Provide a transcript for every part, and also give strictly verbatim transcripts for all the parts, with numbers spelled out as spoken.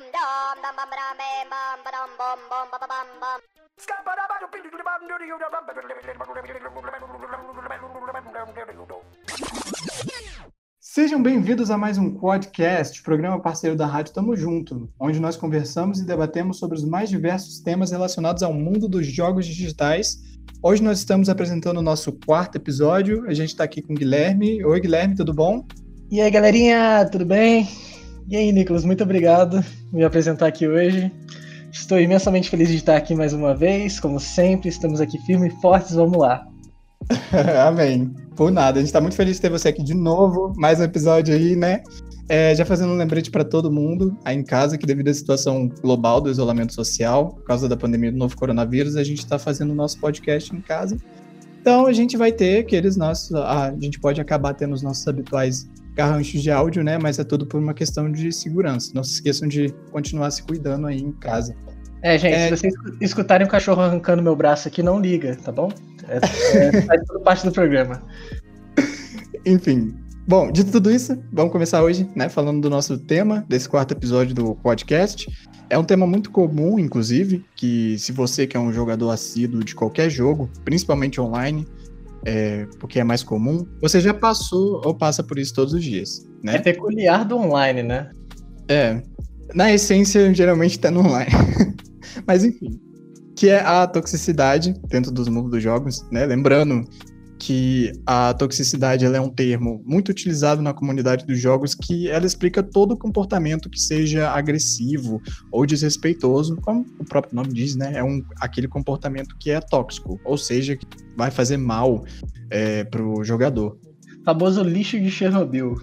Sejam bem-vindos a mais um podcast, programa parceiro da Rádio Tamo Junto, onde nós conversamos e debatemos sobre os mais diversos temas relacionados ao mundo dos jogos digitais. Hoje nós estamos apresentando o nosso quarto episódio, a gente está aqui com o Guilherme. Oi, Guilherme, tudo bom? E aí, galerinha, tudo bem? E aí, Nicolas, muito obrigado por me apresentar aqui hoje. Estou imensamente feliz de estar aqui mais uma vez, como sempre, estamos aqui firmes e fortes, vamos lá. Amém. Por nada, a gente está muito feliz de ter você aqui de novo, mais um episódio aí, né? É, já fazendo um lembrete para todo mundo aí em casa, que devido à situação global do isolamento social, por causa da pandemia do novo coronavírus, a gente está fazendo o nosso podcast em casa. Então a gente vai ter aqueles nossos, a gente pode acabar tendo os nossos habituais garranchos de áudio, né? Mas é tudo por uma questão de segurança. Não se esqueçam de continuar se cuidando aí em casa. É, gente, é... se vocês escutarem o cachorro arrancando meu braço aqui, não liga, tá bom? É, é, faz tudo parte do programa. Enfim, bom, dito tudo isso, vamos começar hoje, né, falando do nosso tema, desse quarto episódio do podcast. É um tema muito comum, inclusive, que se você que é um jogador assíduo de qualquer jogo, principalmente online, é, porque é mais comum, você já passou ou passa por isso todos os dias, né? É peculiar do online, né? É, na essência, geralmente tá no online. Mas enfim, que é a toxicidade dentro dos mundos dos jogos, né? Lembrando que a toxicidade ela é um termo muito utilizado na comunidade dos jogos, que ela explica todo comportamento que seja agressivo ou desrespeitoso, como o próprio nome diz, né? É um, aquele comportamento que é tóxico, ou seja, que vai fazer mal é, pro jogador. Famoso lixo de Chernobyl.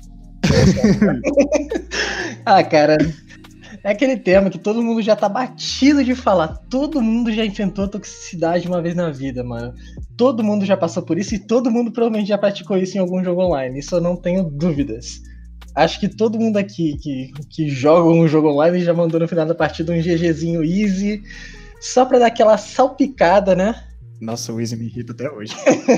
Ah, cara... É aquele tema que todo mundo já tá batido de falar. Todo mundo já enfrentou toxicidade uma vez na vida, mano. Todo mundo já passou por isso e todo mundo provavelmente já praticou isso em algum jogo online. Isso eu não tenho dúvidas. Acho que todo mundo aqui que, que joga um jogo online já mandou no final da partida um GGzinho easy, só pra dar aquela salpicada, né? Nossa, o easy me irrita até hoje.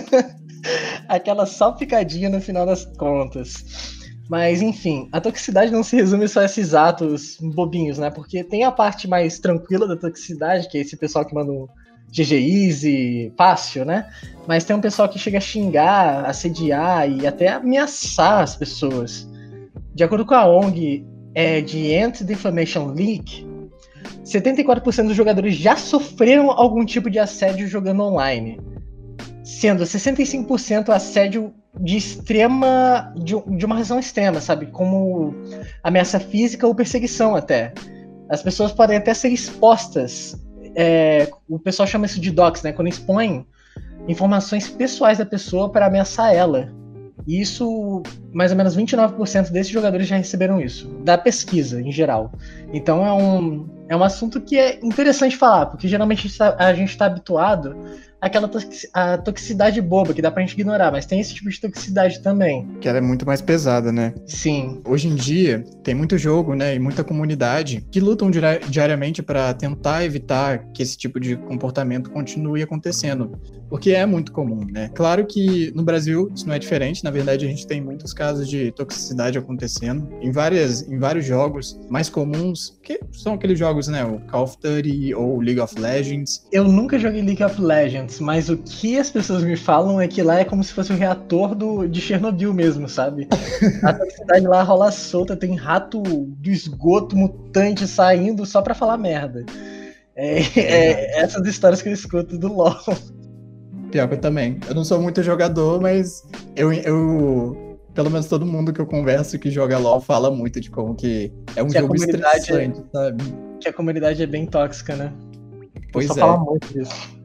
Aquela salpicadinha no final das contas. Mas, enfim, a toxicidade não se resume só a esses atos bobinhos, né? Porque tem a parte mais tranquila da toxicidade, que é esse pessoal que manda um G G easy, fácil, né? Mas tem um pessoal que chega a xingar, assediar e até ameaçar as pessoas. De acordo com a O N G é, de Anti-Defamation League, setenta e quatro por cento dos jogadores já sofreram algum tipo de assédio jogando online, sendo sessenta e cinco por cento assédio de extrema, de, de uma razão extrema, sabe? Como ameaça física ou perseguição até. As pessoas podem até ser expostas. É, o pessoal chama isso de dox, né? Quando expõem informações pessoais da pessoa para ameaçar ela. E isso, mais ou menos vinte e nove por cento desses jogadores já receberam isso, da pesquisa em geral. Então é um, é um assunto que é interessante falar, porque geralmente a gente está habituado àquela toxi- a toxicidade boba, que dá pra gente ignorar, mas tem esse tipo de toxicidade também. Que ela é muito mais pesada, né? Sim. Hoje em dia, tem muito jogo, né, e muita comunidade que lutam di- diariamente para tentar evitar que esse tipo de comportamento continue acontecendo, porque é muito comum, né? Claro que no Brasil isso não é diferente, na verdade a gente tem muitos casos de toxicidade acontecendo em, várias, em vários jogos mais comuns, que são aqueles jogos, né, o Call of Duty ou League of Legends. Eu nunca joguei League of Legends, mas o que as pessoas me falam é que lá é como se fosse o reator do, de Chernobyl mesmo, sabe? A toxicidade lá rola solta, tem rato do esgoto mutante saindo só pra falar merda. É, é essas histórias que eu escuto do LoL. Pior que eu também. Eu não sou muito jogador, mas eu, eu pelo menos todo mundo que eu converso que joga LoL fala muito de como que é um que jogo estressante, é, sabe? Que a comunidade é bem tóxica, né? Pois só é. Fala muito disso.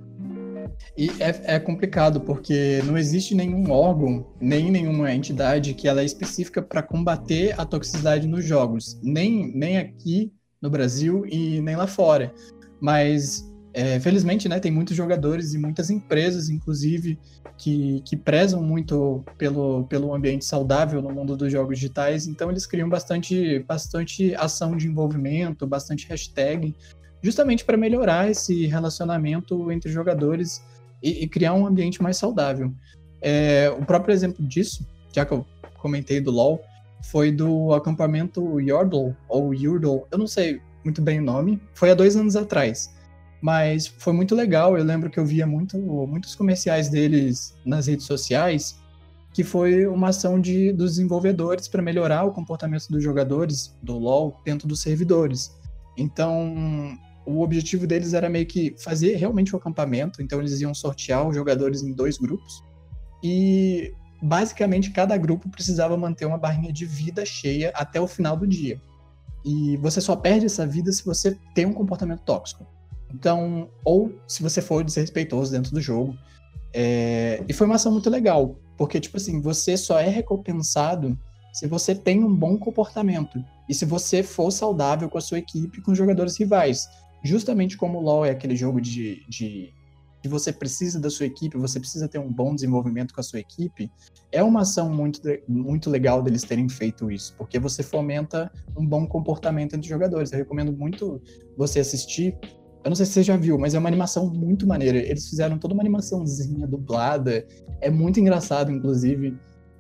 E é, é complicado, porque não existe nenhum órgão, nem nenhuma entidade que ela é específica para combater a toxicidade nos jogos. Nem, nem aqui no Brasil e nem lá fora. Mas, é, felizmente, né, tem muitos jogadores e muitas empresas, inclusive, que, que prezam muito pelo, pelo ambiente saudável no mundo dos jogos digitais. Então, eles criam bastante, bastante ação de envolvimento, bastante hashtag, justamente para melhorar esse relacionamento entre jogadores e, e criar um ambiente mais saudável. É, o próprio exemplo disso, já que eu comentei do LoL, foi do acampamento Yordle, ou Yurdle, eu não sei muito bem o nome, foi há dois anos atrás. Mas foi muito legal, eu lembro que eu via muito, muitos comerciais deles nas redes sociais, que foi uma ação de, dos desenvolvedores para melhorar o comportamento dos jogadores do LoL dentro dos servidores. Então, o objetivo deles era meio que fazer realmente o acampamento, então eles iam sortear os jogadores em dois grupos, e basicamente cada grupo precisava manter uma barrinha de vida cheia até o final do dia. E você só perde essa vida se você tem um comportamento tóxico. Então, ou se você for desrespeitoso dentro do jogo. É... E foi uma ação muito legal, porque, tipo assim, você só é recompensado se você tem um bom comportamento e se você for saudável com a sua equipe e com os jogadores rivais. Justamente como o LoL é aquele jogo de, de que você precisa da sua equipe, você precisa ter um bom desenvolvimento com a sua equipe, é uma ação muito, muito legal deles terem feito isso, porque você fomenta um bom comportamento entre os jogadores. Eu recomendo muito você assistir. Eu não sei se você já viu, mas é uma animação muito maneira. Eles fizeram toda uma animaçãozinha dublada. É muito engraçado, inclusive.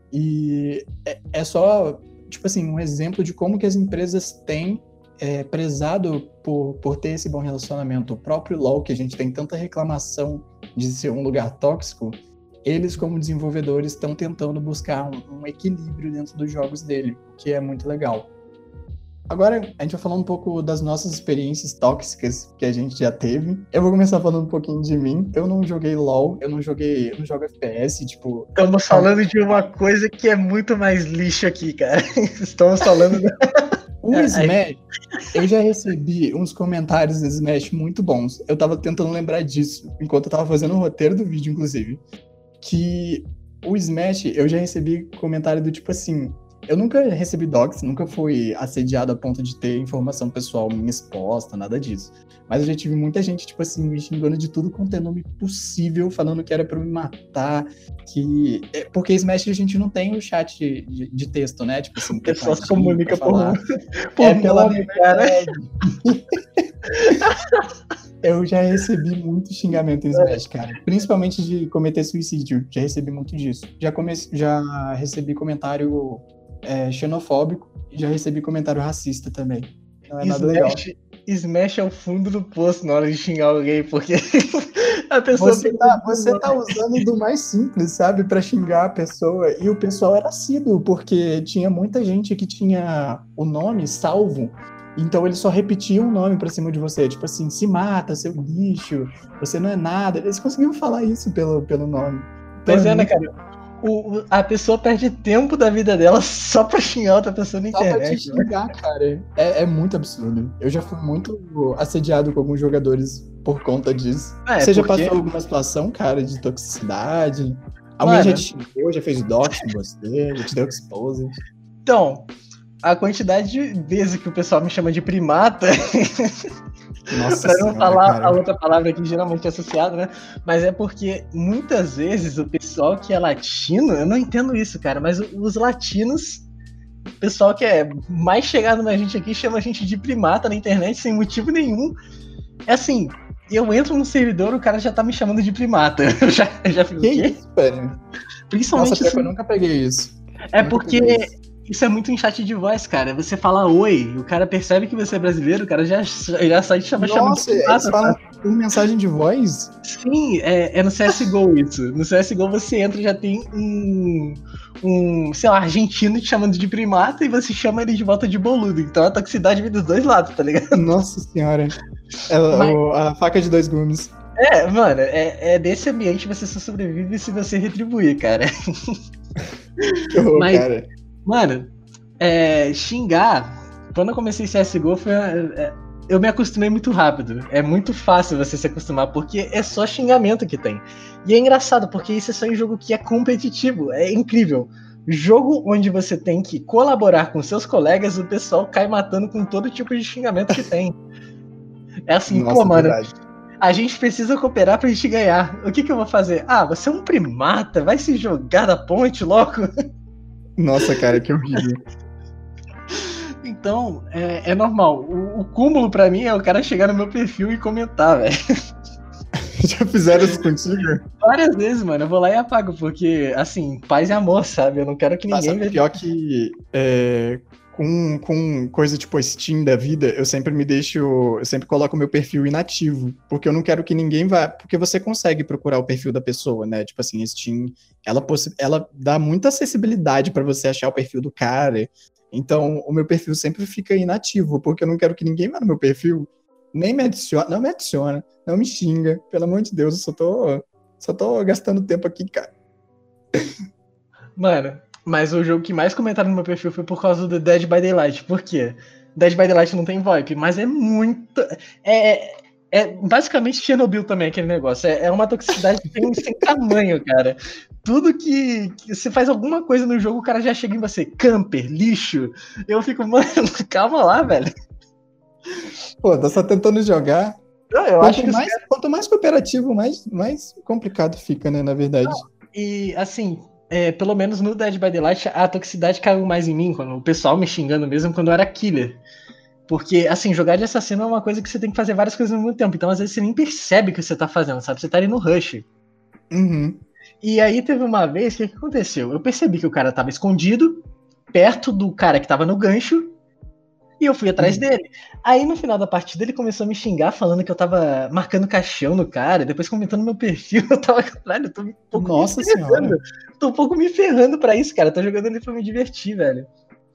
E é, é só, tipo assim, um exemplo de como que as empresas têm é, prezado por, por ter esse bom relacionamento. O próprio LoL, que a gente tem tanta reclamação de ser um lugar tóxico, eles, como desenvolvedores, estão tentando buscar um, um equilíbrio dentro dos jogos dele, que é muito legal. Agora, a gente vai falar um pouco das nossas experiências tóxicas que a gente já teve. Eu vou começar falando um pouquinho de mim. Eu não joguei LoL, eu não joguei, eu não jogo F P S, tipo... Estamos falando de uma coisa que é muito mais lixo aqui, cara. Estamos falando... Da... O Smash, eu já recebi uns comentários no Smash muito bons. Eu tava tentando lembrar disso, enquanto eu tava fazendo o roteiro do vídeo, inclusive. Que o Smash, eu já recebi comentário do tipo assim... Eu nunca recebi docs, nunca fui assediado a ponto de ter informação pessoal minha exposta, nada disso. Mas eu já tive muita gente, tipo assim, me xingando de tudo quanto é nome possível, falando que era pra eu me matar, que... Porque Smash a gente não tem o chat de, de, de texto, né? Tipo assim, o pessoal se comunica por, por é pela nome, cara. Eu já recebi muito xingamento em Smash, cara. Principalmente de cometer suicídio. Já recebi muito disso. Já, come... já recebi comentário... É, xenofóbico, e já recebi comentário racista também. Não é nada legal. Smash é o fundo do poço na hora de xingar alguém, porque a pessoa... Você tá, você tá usando do mais simples, sabe, pra xingar a pessoa, e o pessoal era assíduo, porque tinha muita gente que tinha o nome salvo, então eles só repetiam o nome pra cima de você, tipo assim, se mata, seu lixo, você não é nada. Eles conseguiam falar isso pelo, pelo nome. Então, pois é, né, cara? O, a pessoa perde tempo da vida dela só pra xingar outra pessoa na internet. Só pra te xingar, né? Cara. É, é muito absurdo. Eu já fui muito assediado com alguns jogadores por conta disso. É, você já porque... passou alguma situação, cara, de toxicidade? Alguém Mano, já te xingou, já fez dox com você, já te deu expose? Então, a quantidade de vezes que o pessoal me chama de primata... Nossa pra não senhora, falar cara. a outra palavra que geralmente é associada, né? Mas é porque muitas vezes o pessoal que é latino, eu não entendo isso, cara, mas os latinos, o pessoal que é mais chegado na gente aqui, chama a gente de primata na internet sem motivo nenhum. É assim, eu entro no servidor, o cara já tá me chamando de primata. Eu já, eu já fico, que o quê? Isso, velho? Principalmente Nossa, assim, eu nunca peguei isso. É porque... Isso é muito em chat de voz, cara. Você fala oi, o cara percebe que você é brasileiro, o cara já, já sai te chama chamando de primata. Fala por mensagem de voz? Sim, é, é no C S G O isso. No C S G O você entra e já tem um, um, sei lá, argentino te chamando de primata e você chama ele de volta de boludo. Então a toxicidade vem dos dois lados, tá ligado? Nossa senhora. É, Mas... o, a faca de dois gumes. É, mano, é, é desse ambiente você só sobrevive se você retribuir, cara. Que horror, Mas... cara. Mano, é, xingar, quando eu comecei C S G O, foi, é, eu me acostumei muito rápido. É muito fácil você se acostumar, porque é só xingamento que tem. E é engraçado, porque isso é só em jogo que é competitivo, é incrível. Jogo onde você tem que colaborar com seus colegas, o pessoal cai matando com todo tipo de xingamento que tem. É assim, Nossa, pô, mano, verdade. A gente precisa cooperar pra gente ganhar. O que que eu vou fazer? Ah, você é um primata, vai se jogar da ponte, louco. Nossa, cara, que horrível. Então, é, é normal. O, o cúmulo pra mim é o cara chegar no meu perfil e comentar, velho. Já fizeram isso contigo? Várias vezes, mano. Eu vou lá e apago, porque, assim, paz e amor, sabe? Eu não quero que ninguém Nossa, veja. pior que é, com, com coisa tipo Steam da vida, eu sempre me deixo. Eu sempre coloco o meu perfil inativo. Porque eu não quero que ninguém vá. Porque você consegue procurar o perfil da pessoa, né? Tipo assim, Steam, ela, possi- ela dá muita acessibilidade pra você achar o perfil do cara. Então, o meu perfil sempre fica inativo, porque eu não quero que ninguém vá no meu perfil, nem me adiciona, não me adiciona, não me xinga. Pelo amor de Deus, eu só tô, só tô gastando tempo aqui, cara. Mano, mas o jogo que mais comentaram no meu perfil foi por causa do Dead by Daylight. Por quê? Dead by Daylight não tem VoIP, mas é muito. É, é basicamente Chernobyl também, aquele negócio. É, é uma toxicidade sem, sem tamanho, cara. Tudo que, que você faz alguma coisa no jogo, o cara já chega em você. Camper, lixo. Eu fico, mano, calma lá, velho. Pô, tá só tentando jogar. Não, eu acho Quanto que os mais, quanto mais cooperativo, mais, mais complicado fica, né, na verdade. E, assim, é, pelo menos no Dead by Daylight, a toxicidade caiu mais em mim, quando o pessoal me xingando mesmo, quando eu era killer. Porque, assim, jogar de assassino é uma coisa que você tem que fazer várias coisas ao mesmo tempo. Então, às vezes, você nem percebe o que você tá fazendo, sabe? Você tá ali no rush. Uhum. E aí, teve uma vez, o que, que aconteceu? Eu percebi que o cara tava escondido, perto do cara que tava no gancho, e eu fui atrás Uhum. dele. Aí no final da partida ele começou a me xingar, falando que eu tava marcando caixão no cara, depois comentando meu perfil. Eu tava, caralho, eu tô um pouco Nossa me ferrando. senhora. Tô um pouco me ferrando pra isso, cara. Eu tô jogando ali pra me divertir, velho.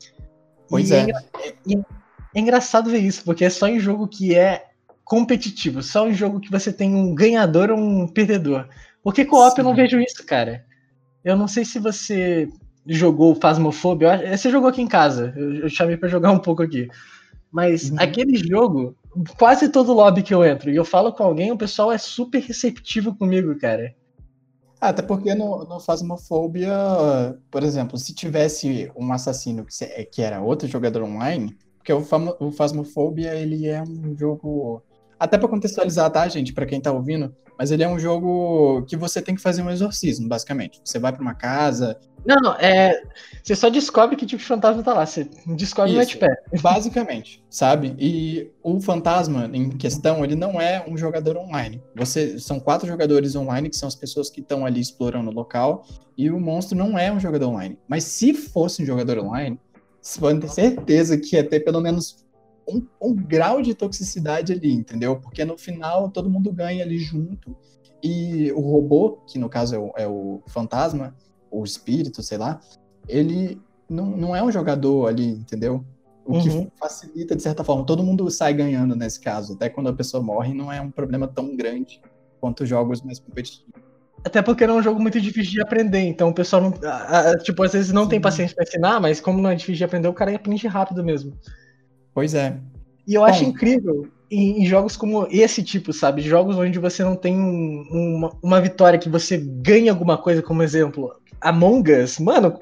Pois E é, é. engra- e é engraçado ver isso, porque é só em jogo que é competitivo, só em jogo que você tem um ganhador ou um perdedor. Porque co-op eu não Sim. vejo isso, cara. Eu não sei se você jogou Phasmophobia. Eu acho- Você jogou aqui em casa. Eu, eu chamei pra jogar um pouco aqui. Mas Uhum. aquele jogo, quase todo lobby que eu entro e eu falo com alguém, o pessoal é super receptivo comigo, cara. Ah, até porque no, no Phasmophobia, por exemplo, se tivesse um assassino que, se- que era outro jogador online, porque o, Famo- o Phasmophobia, ele é um jogo, até para contextualizar, tá, gente, para quem tá ouvindo, mas ele é um jogo que você tem que fazer um exorcismo, basicamente. Você vai para uma casa, Não, não, é. Você só descobre que tipo de fantasma tá lá. Você descobre no isso, Notepad. basicamente, sabe? E o fantasma em questão, ele não é um jogador online. Você, são quatro jogadores online, que são as pessoas que estão ali explorando o local, e o monstro não é um jogador online. Mas se fosse um jogador online, você pode ter certeza que ia ter pelo menos um, um grau de toxicidade ali, entendeu? Porque no final todo mundo ganha ali junto, e o robô, que no caso é o, é o fantasma, ou espírito, sei lá, ele não, não é um jogador ali, entendeu? O que Uhum. facilita, de certa forma. Todo mundo sai ganhando nesse caso. Até quando a pessoa morre, não é um problema tão grande quanto jogos mais competitivos. Até porque não é um jogo muito difícil de aprender, então o pessoal não. a- a- tipo, às vezes não tem Sim. paciência pra ensinar, mas como não é difícil de aprender, o cara aprende rápido mesmo. Pois é. E eu acho Bom, incrível em, em jogos como esse tipo, sabe? Jogos onde você não tem um- uma, uma vitória que você ganha alguma coisa, como exemplo, Among Us. Mano,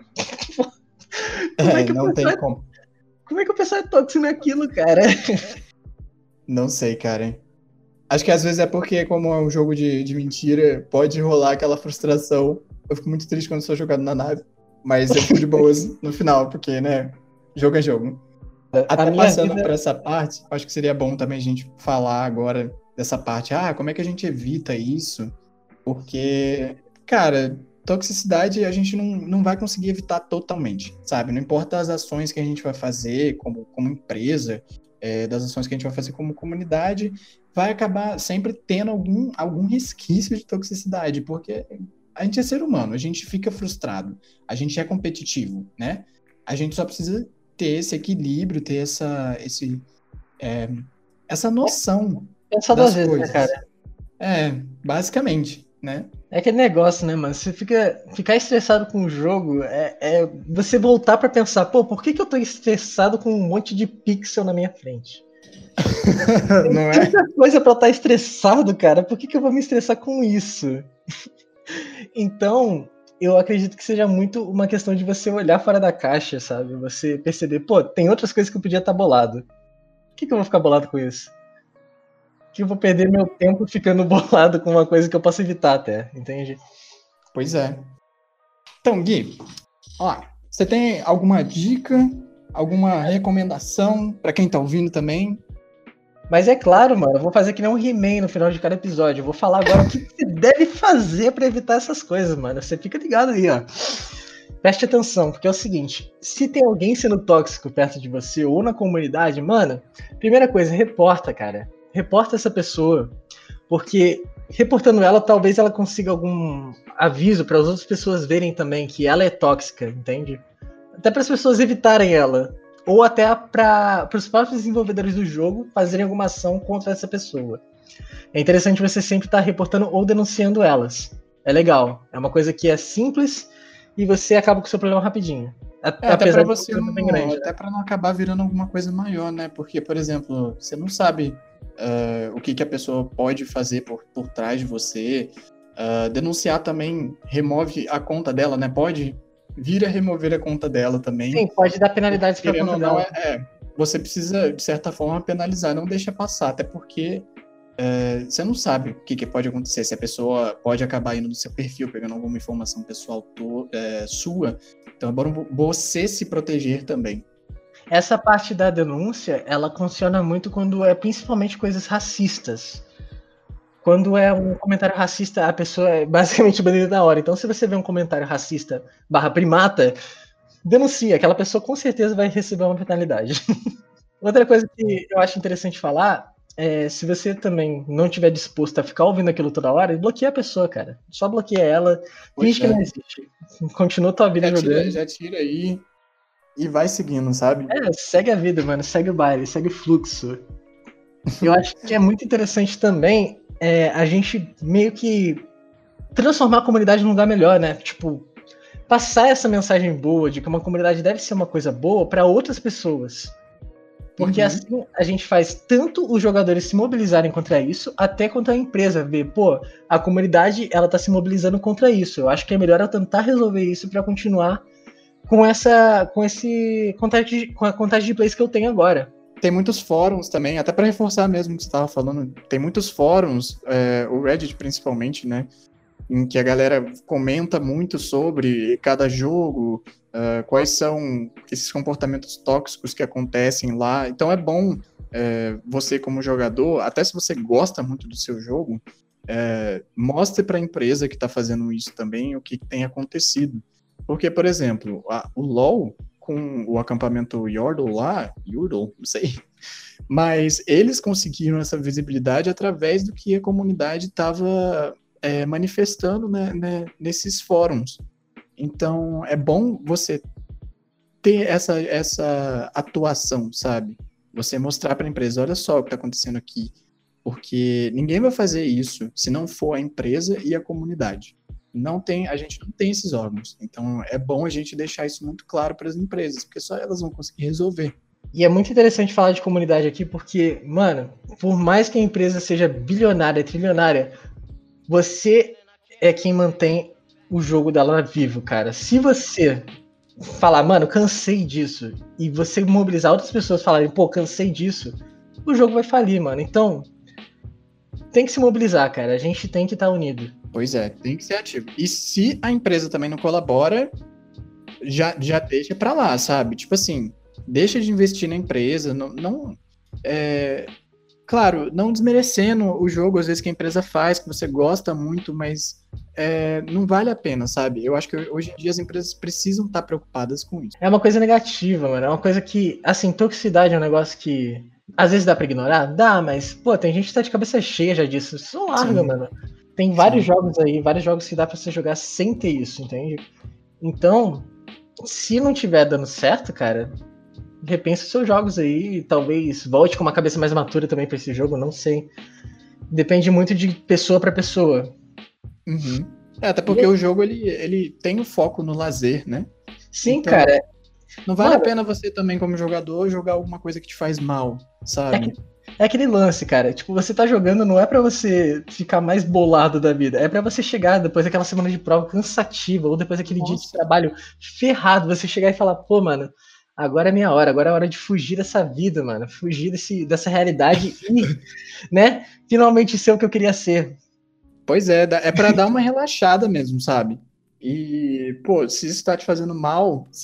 como é é, que o não tem pessoal é, como. como é que o pessoal é tóxico naquilo, cara? Não sei, cara. Acho que às vezes é porque, como é um jogo de, de mentira, pode rolar aquela frustração. Eu fico muito triste quando sou jogado na nave. Mas eu fico de boas no final, porque, né? Jogo é jogo. A Até minha passando por vida. essa parte, acho que seria bom também a gente falar agora dessa parte. Ah, como é que a gente evita isso? Porque, cara, toxicidade a gente não, não vai conseguir evitar totalmente, sabe? Não importa as ações que a gente vai fazer como, como empresa, é, das ações que a gente vai fazer como comunidade, vai acabar sempre tendo algum, algum resquício de toxicidade, porque a gente é ser humano, a gente fica frustrado, a gente é competitivo, né? A gente só precisa ter esse equilíbrio, ter essa, esse, é, essa noção Pensa duas das vezes, né, coisas. cara? É, basicamente, né? É aquele negócio, né, mano? Você fica ficar estressado com o jogo é, é você voltar pra pensar, pô, por que, que eu tô estressado com um monte de pixel na minha frente? Não é? Tanta coisa pra eu estar estressado, cara. Por que, que eu vou me estressar com isso? Então, eu acredito que seja muito uma questão de você olhar fora da caixa, sabe? Você perceber, pô, tem outras coisas que eu podia estar bolado. Por que, que eu vou ficar bolado com isso? Que eu vou perder meu tempo ficando bolado com uma coisa que eu posso evitar até, entende? Pois é. Então, Gui, ó, você tem alguma dica, alguma recomendação para quem tá ouvindo também? Mas é claro, mano, eu vou fazer que nem um He-Man no final de cada episódio. Eu vou falar agora o que você deve fazer pra evitar essas coisas, mano. Você fica ligado aí, ó. Preste atenção, porque é o seguinte, se tem alguém sendo tóxico perto de você ou na comunidade, mano, primeira coisa, reporta, cara. Reporta essa pessoa, porque reportando ela, talvez ela consiga algum aviso para as outras pessoas verem também que ela é tóxica, entende? Até para as pessoas evitarem ela, ou até para os próprios desenvolvedores do jogo fazerem alguma ação contra essa pessoa. É interessante você sempre estar reportando ou denunciando elas. É legal, é uma coisa que é simples e você acaba com o seu problema rapidinho. É, até para você não, grande, até né? para não acabar virando alguma coisa maior, né? Porque, por exemplo, você não sabe uh, o que, que a pessoa pode fazer por, por trás de você. Uh, denunciar também remove a conta dela, né? Pode vir a remover a conta dela também. Sim, pode dar penalidades para a conta não, dela. É, é, você precisa, de certa forma, penalizar, não deixa passar, até porque é, você não sabe o que, que pode acontecer, se a pessoa pode acabar indo no seu perfil, pegando alguma informação pessoal to, é, sua. Então é bom você se proteger também. Essa parte da denúncia, ela funciona muito quando é principalmente coisas racistas. Quando é um comentário racista, a pessoa é basicamente banida na hora. Então, se você vê um comentário racista barra primata, denuncia. Aquela pessoa com certeza vai receber uma penalidade. Outra coisa que eu acho interessante falar é, se você também não estiver disposto a ficar ouvindo aquilo toda hora, bloqueia a pessoa, cara. Só bloqueia ela, finge que não existe. Continua tua vida já jogando. Tira, já tira aí e vai seguindo, sabe? É, segue a vida, mano. Segue o baile, segue o fluxo. Eu acho que é muito interessante também é, a gente meio que transformar a comunidade num lugar melhor, né? Tipo, passar essa mensagem boa de que uma comunidade deve ser uma coisa boa para outras pessoas. Porque uhum. assim a gente faz tanto os jogadores se mobilizarem contra isso, até contra a empresa ver, pô, a comunidade ela tá se mobilizando contra isso. Eu acho que é melhor eu tentar resolver isso para continuar com essa, com esse contagem, com a contagem de plays que eu tenho agora. Tem muitos fóruns também, até para reforçar mesmo o que você estava falando, tem muitos fóruns, é, o Reddit principalmente, né, em que a galera comenta muito sobre cada jogo, uh, quais são esses comportamentos tóxicos que acontecem lá. Então é bom é, você como jogador, até se você gosta muito do seu jogo, é, mostre para a empresa que está fazendo isso também o que tem acontecido. Porque, por exemplo, a, o LoL, com o acampamento Yordle lá, Yordle, não sei, mas eles conseguiram essa visibilidade através do que a comunidade estava é, manifestando, né, né, nesses fóruns. Então, é bom você ter essa, essa atuação, sabe? Você mostrar para a empresa, olha só o que está acontecendo aqui, porque ninguém vai fazer isso se não for a empresa e a comunidade. Não tem, a gente não tem esses órgãos. Então é bom a gente deixar isso muito claro para as empresas, porque só elas vão conseguir resolver. E é muito interessante falar de comunidade aqui, porque, mano, por mais que a empresa seja bilionária, trilionária, você é quem mantém o jogo dela vivo, cara. Se você falar, mano, cansei disso, e você mobilizar outras pessoas falarem, pô, cansei disso, o jogo vai falir, mano. Então, tem que se mobilizar, cara. A gente tem que estar unido. Pois é, tem que ser ativo. E se a empresa também não colabora, já, já deixa pra lá, sabe? Tipo assim, deixa de investir na empresa, não... não é... Claro, não desmerecendo o jogo, às vezes, que a empresa faz, que você gosta muito, mas é, não vale a pena, sabe? Eu acho que hoje em dia as empresas precisam estar preocupadas com isso. É uma coisa negativa, mano. É uma coisa que, assim, toxicidade é um negócio que às vezes dá pra ignorar? Dá, mas, pô, tem gente que tá de cabeça cheia já disso. Só larga, Sim. mano. Tem vários Sim. jogos aí, vários jogos que dá pra você jogar sem ter isso, entende? Então, se não tiver dando certo, cara, repensa os seus jogos aí, talvez volte com uma cabeça mais matura também pra esse jogo, não sei. Depende muito de pessoa pra pessoa. Uhum. É, até porque e... o jogo, ele, ele tem o foco no lazer, né? Sim, então, cara. Não vale Mano, a pena você também, como jogador, jogar alguma coisa que te faz mal, sabe? É, que, é aquele lance, cara. Tipo, você tá jogando não é pra você ficar mais bolado da vida, é pra você chegar depois daquela semana de prova cansativa, ou depois daquele Nossa. dia de trabalho ferrado, você chegar e falar, pô, mano, agora é minha hora, agora é hora de fugir dessa vida, mano. Fugir desse, dessa realidade e, né, finalmente ser o que eu queria ser. Pois é, é pra dar uma relaxada mesmo, sabe? E, pô, se isso tá te fazendo mal,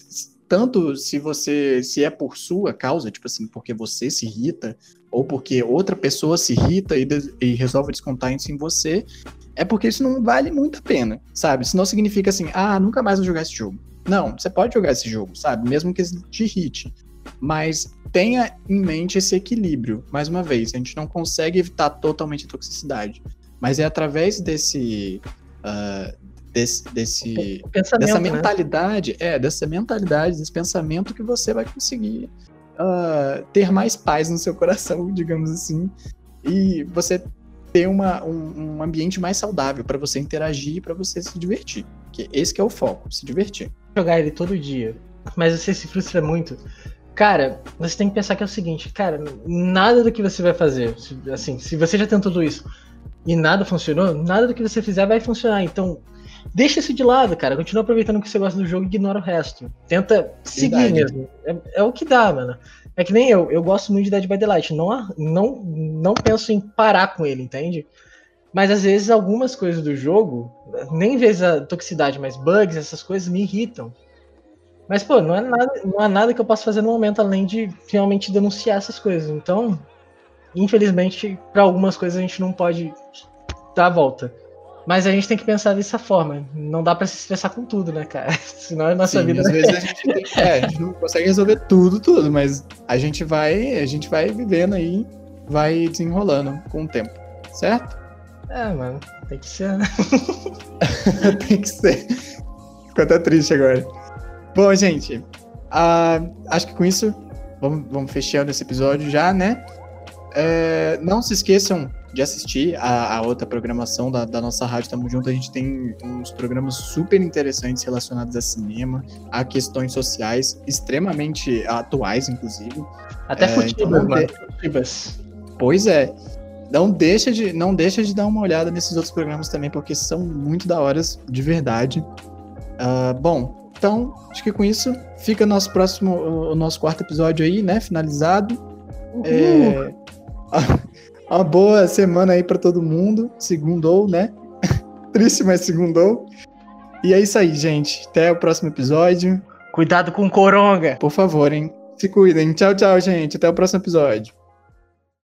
tanto se você, se é por sua causa, tipo assim, porque você se irrita, ou porque outra pessoa se irrita e, de, e resolve descontar isso em você, é porque isso não vale muito a pena, sabe? Isso não significa assim, ah, nunca mais vou jogar esse jogo. Não, você pode jogar esse jogo, sabe? Mesmo que ele te irrite. Mas tenha em mente esse equilíbrio. Mais uma vez, a gente não consegue evitar totalmente a toxicidade. Mas é através desse... Uh, desse, desse dessa mentalidade, né? é, dessa mentalidade, desse pensamento que você vai conseguir uh, ter mais paz no seu coração, digamos assim, e você ter uma, um, um ambiente mais saudável para você interagir e para você se divertir, que esse que é o foco, se divertir. Jogar ele todo dia, mas você se frustra muito. Cara, você tem que pensar que é o seguinte, cara, nada do que você vai fazer, assim, se você já tentou tudo isso e nada funcionou, nada do que você fizer vai funcionar, então deixa isso de lado, cara. Continua aproveitando o que você gosta do jogo e ignora o resto. Tenta seguir Verdade. mesmo. É, é o que dá, mano. É que nem eu. Eu gosto muito de Dead by Daylight. Não, não, não penso em parar com ele, entende? Mas às vezes algumas coisas do jogo, nem vezes a toxicidade, mas bugs, essas coisas me irritam. Mas, pô, não é nada, não há nada que eu possa fazer no momento além de realmente denunciar essas coisas. Então, infelizmente, para algumas coisas a gente não pode dar a volta. Mas a gente tem que pensar dessa forma. Não dá pra se estressar com tudo, né, cara? Senão a nossa Sim, vida... às vezes a gente, tem, é, a gente não consegue resolver tudo, tudo, mas a gente vai, a gente vai vivendo aí, vai desenrolando com o tempo, certo? É, mano, tem que ser, né? Tem que ser. Ficou até triste agora. Bom, gente, uh, acho que com isso vamos, vamos fechando esse episódio já, né? É, não se esqueçam de assistir a, a outra programação da, da nossa rádio Tamo Junto. A gente tem uns programas super interessantes relacionados a cinema, a questões sociais, extremamente atuais, inclusive. Até é, futebol, então mano. De... Pois é. Não deixa, de, não deixa de dar uma olhada nesses outros programas também, porque são muito da horas, de verdade. Uh, bom, então, acho que com isso fica nosso próximo, o nosso quarto episódio aí, né? Finalizado. Uhum. É... Uma boa semana aí pra todo mundo. Segundou, né? Triste, mas segundou. E é isso aí, gente. Até o próximo episódio. Cuidado com o coronga. Por favor, hein? Se cuidem. Tchau, tchau, gente. Até o próximo episódio.